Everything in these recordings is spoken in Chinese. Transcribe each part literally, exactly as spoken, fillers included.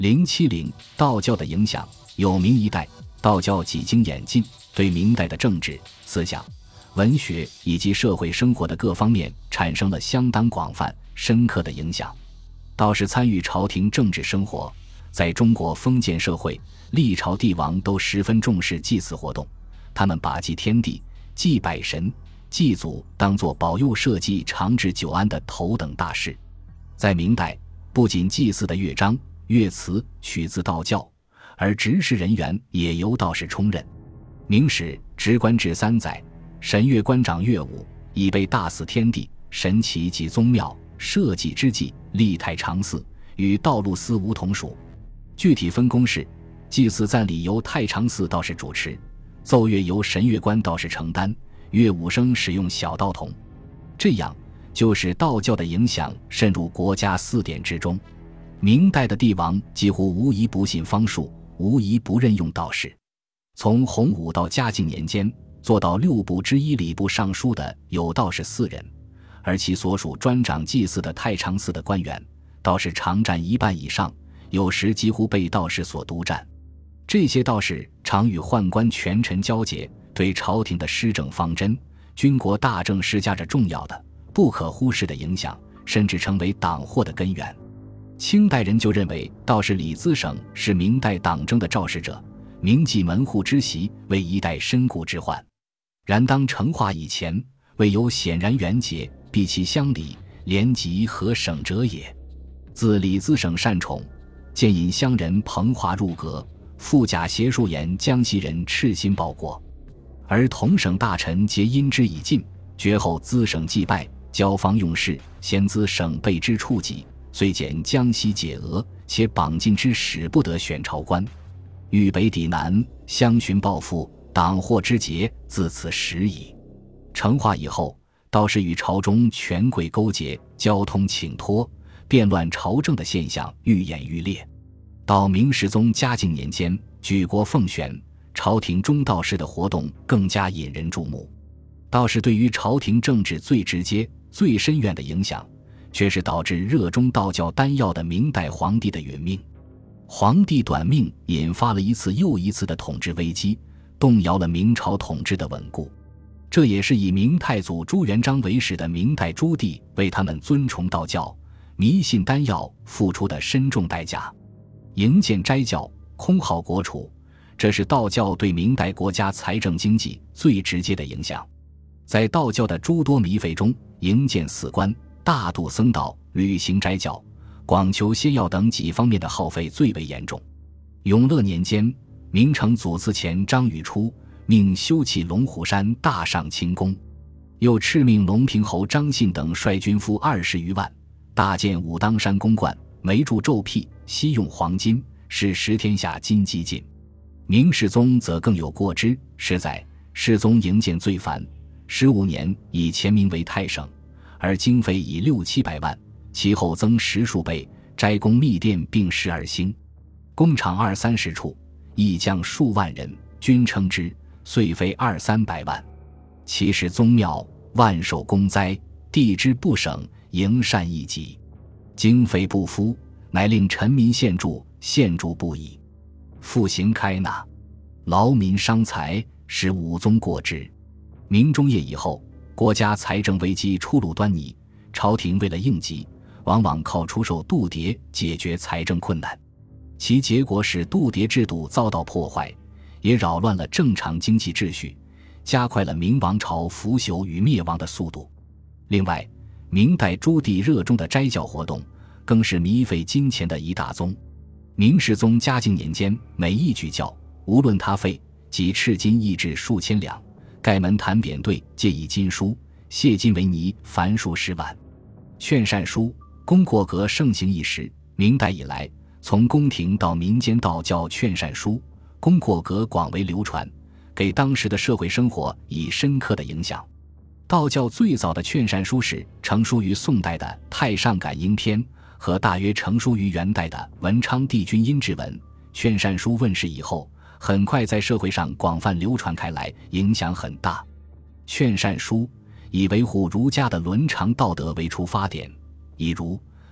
零七零道教的影响。有明一代，道教几经演进，对明代的政治、思想、文学以及社会生活的各方面产生了相当广泛、深刻的影响。道士参与朝廷政治生活，在中国封建社会，历朝帝王都十分重视祭祀活动，他们把祭天地、祭百神、祭祖当作保佑社稷长治久安的头等大事。在明代，不仅祭祀的乐章、乐词取自道教，而执事人员也由道士充任。明史职官至三载，神乐官长乐舞，以备大祀天地、神奇及宗庙、社稷之际，立太常寺，与道路司无同属。具体分工是：祭祀赞礼由太常寺道士主持，奏乐由神乐官道士承担，乐舞生使用小道童。这样就使道教的影响渗入国家祀典之中。明代的帝王几乎无一不信方术，无一不任用道士。从洪武到嘉靖年间，做到六部之一礼部尚书的有道士四人，而其所属专掌祭祀的太常寺的官员，道士常占一半以上，有时几乎被道士所独占。这些道士常与宦官权臣交结，对朝廷的施政方针、军国大政施加着重要的、不可忽视的影响，甚至成为党祸的根源。清代人就认为道士李滋省是明代党争的肇事者，铭记门户之习为一代深固之患。然当成化以前，未有显然元节，必其乡里，连及何省者也。自李滋省善宠，见引乡人彭华入阁，富甲邪术言江西人赤心报国，而同省大臣皆因之以尽，绝后滋省祭拜，交方用事，先滋省备之处己，虽减江西解俄，且绑进之使不得选朝官。豫北抵南，相寻报复，党祸之结自此始矣。成化以后，道士与朝中权贵勾结，交通请托，变乱朝政的现象愈演愈烈。到明世宗嘉靖年间，举国奉选，朝廷中道士的活动更加引人注目。道士对于朝廷政治最直接、最深远的影响，却是导致热衷道教丹药的明代皇帝的殒命。皇帝短命引发了一次又一次的统治危机，动摇了明朝统治的稳固。这也是以明太祖朱元璋为始的明代朱棣为他们尊崇道教、迷信丹药付出的深重代价。营建斋教，空号国储，这是道教对明代国家财政经济最直接的影响。在道教的诸多迷费中，营建寺观、大度僧道、履行斋教、广求仙药等几方面的耗费最为严重。永乐年间，明成祖嗣前张宇初命修葺龙虎山大上清宫，又敕命隆平侯张信等率军夫二十余万，大建武当山宫观，煤铸胄辟，悉用黄金，是食天下金鸡尽。明世宗则更有过之，实在世宗营建最繁，十五年以前名为太省，而经费以六七百万，其后增十数倍，斋宫密殿并十二兴，工厂二三十处，役将数万人，均称之，岁费二三百万。其实宗庙万受公灾，地之不省，营善一极，经费不敷，乃令臣民献铸，献铸不已，复行开纳，劳民伤财，使武宗过之。明中叶以后，国家财政危机初露端倪，朝廷为了应急，往往靠出售度牒解决财政困难，其结果使度牒制度遭到破坏，也扰乱了正常经济秩序，加快了明王朝腐朽与灭亡的速度。另外，明代朱棣热衷的斋教活动更是糜费金钱的一大宗。明世宗嘉靖年间，每一举教无论他费，即赤金亦至数千两，盖门坛匾对皆以金书，谢金为泥，凡数十万。劝善书、功过格盛行一时，明代以来，从宫廷到民间道教劝善书、功过格广为流传，给当时的社会生活以深刻的影响。道教最早的劝善书是成书于宋代的《太上感应篇》和大约成书于元代的《文昌帝君阴志文》。劝善书问世以后，很快在社会上广泛流传开来，影响很大。劝善书以维护儒家的伦常道德为出发点，以儒、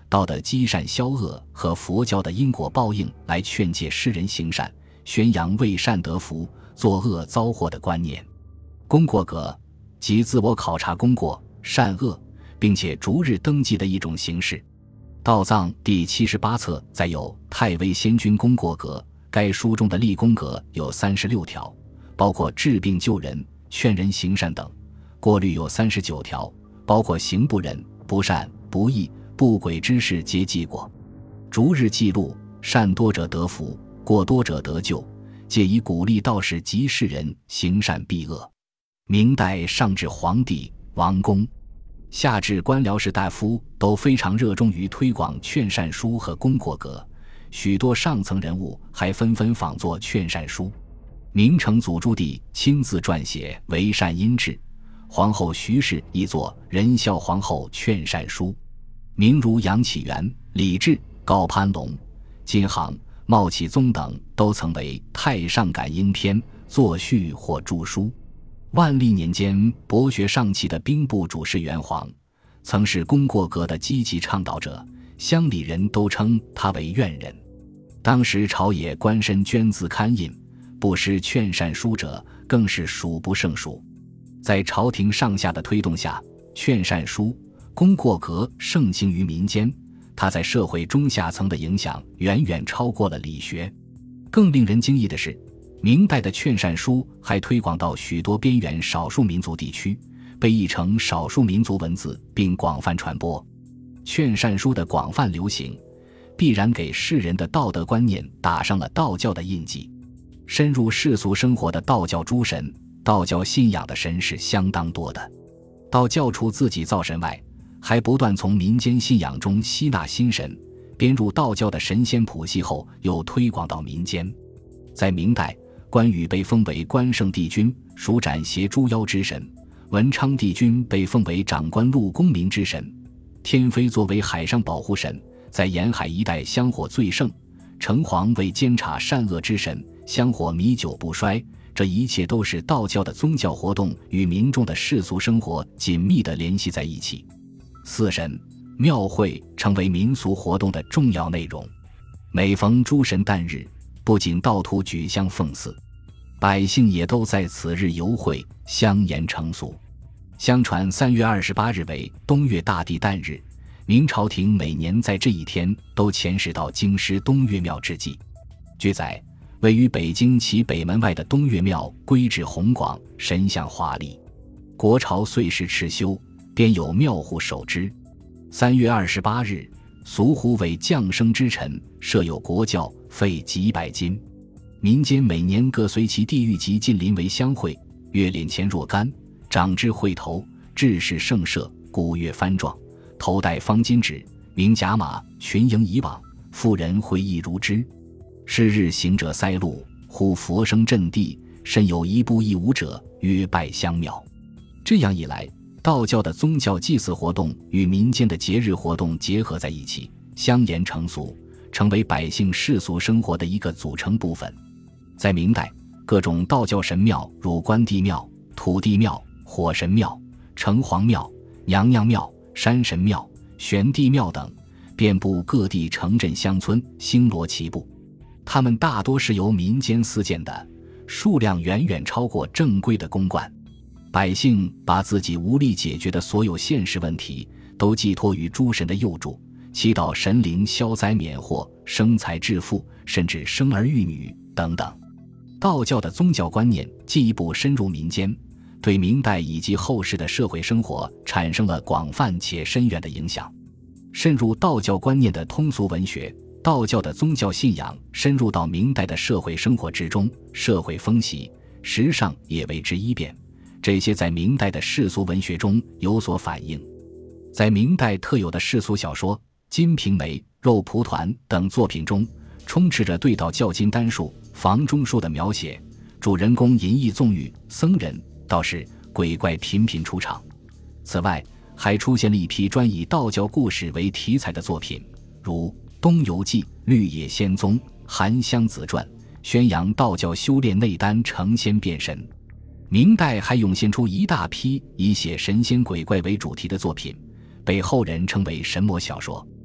道的积善消恶和佛教的因果报应来劝诫世人行善，宣扬为善得福、作恶遭祸的观念。功过格即自我考察功过、善恶，并且逐日登记的一种形式。道藏第七十八册载有太微仙君功过格，该书中的立功格有三十六条，包括治病救人、劝人行善等；过律有三十九条，包括行不仁、不善、不义、不轨之事皆记过。逐日记录，善多者得福，过多者得救，借以鼓励道士及世人行善避恶。明代上至皇帝、王公，下至官僚士大夫都非常热衷于推广劝善书和功过格，许多上层人物还纷纷仿作劝善书。明成祖朱棣亲自撰写《为善因志》，皇后徐氏亦作《仁孝皇后劝善书》。名如杨启元、李治、高攀龙、金行、茂启宗等都曾为太上感应篇作序或著书。万历年间博学上气的兵部主事元皇，曾是功过格的积极倡导者，乡里人都称他为愿人。当时朝野官绅捐资刊印，不识劝善书者更是数不胜数。在朝廷上下的推动下，劝善书、功过格盛行于民间，它在社会中下层的影响远远超过了理学。更令人惊异的是，明代的劝善书还推广到许多边缘少数民族地区，被译成少数民族文字并广泛传播。劝善书的广泛流行，必然给世人的道德观念打上了道教的印记。深入世俗生活的道教诸神，道教信仰的神是相当多的。道教除自己造神外，还不断从民间信仰中吸纳新神，编入道教的神仙谱系后又推广到民间。在明代，关羽被封为关圣帝君，属斩邪诸妖之神；文昌帝君被封为掌关录功名之神；天妃作为海上保护神，在沿海一带香火最盛；城隍为监察善恶之神，香火弥久不衰。这一切都是道教的宗教活动与民众的世俗生活紧密地联系在一起。祀神、庙会成为民俗活动的重要内容。每逢诸神诞日，不仅道徒举香奉祀，百姓也都在此日游会，相沿成俗。相传三月二十八日为东岳大帝诞日，明朝廷每年在这一天都遣使到京师东岳庙致祭。据载，位于北京其北门外的东岳庙规制宏广，神像华丽。国朝岁时敕修，便有庙户守之。三月二十八日，俗呼为降生之辰，设有国教，费几百金。民间每年各随其地域及近邻为相会，月敛钱若干，长至会头，志士盛社，鼓乐翻状，头戴方巾纸，名甲马，群迎以往，妇人会意如之。是日行者塞路，呼佛声震地，甚有一步一舞者，曰拜香庙。这样一来，道教的宗教祭祀活动与民间的节日活动结合在一起，相沿成俗，成为百姓世俗生活的一个组成部分。在明代，各种道教神庙如关帝庙、土地庙、火神庙、城隍庙、娘娘庙、山神庙、玄帝庙等，遍布各地城镇乡村，星罗棋布。它们大多是由民间私建的，数量远远超过正规的公馆。百姓把自己无力解决的所有现实问题都寄托于诸神的佑助，祈祷神灵消灾免祸、生财致富，甚至生儿育女等等。道教的宗教观念进一步深入民间，对明代以及后世的社会生活产生了广泛且深远的影响。渗入道教观念的通俗文学，道教的宗教信仰深入到明代的社会生活之中，社会风习、时尚也为之一变，这些在明代的世俗文学中有所反映。在明代特有的世俗小说《金瓶梅》《肉蒲团》等作品中，充斥着对道教金丹术、房中术的描写，主人公淫逸纵欲，僧人、道士、鬼怪频频出场。此外，还出现了一批专以道教故事为题材的作品，如《东游记》《绿野仙踪》《韩湘子传》，宣扬道教修炼内丹成仙变神。明代还涌现出一大批以写神仙鬼怪为主题的作品，被后人称为神魔小说。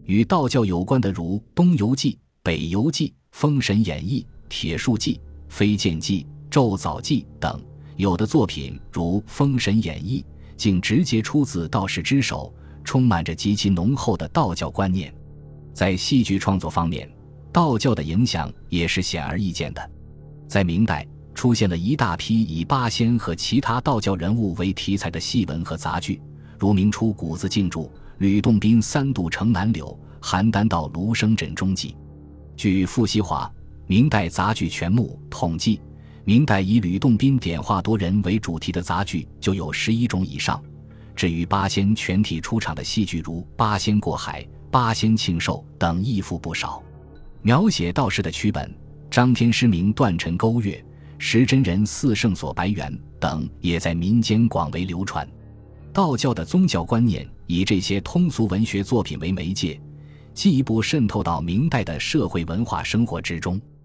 与道教有关的如《东游记》《北游记》《封神演义》《铁树记》《飞剑记》《咒藻记》等，有的作品如《封神演义》竟直接出自道士之手，充满着极其浓厚的道教观念。在戏剧创作方面，道教的影响也是显而易见的。在明代出现了一大批以八仙和其他道教人物为题材的戏文和杂剧，如明初谷子敬注、吕洞宾三渡城南柳、邯郸道卢生枕中记。据傅希华《明代杂剧全目》统计，明代以吕洞宾点化夺人为主题的杂剧就有十一种以上。至于八仙全体出场的戏剧如八仙过海、八仙庆寿等亦复不少。描写道士的曲本，张天师名断尘勾月、石真人四圣所白猿等也在民间广为流传。道教的宗教观念以这些通俗文学作品为媒介，进一步渗透到明代的社会文化生活之中。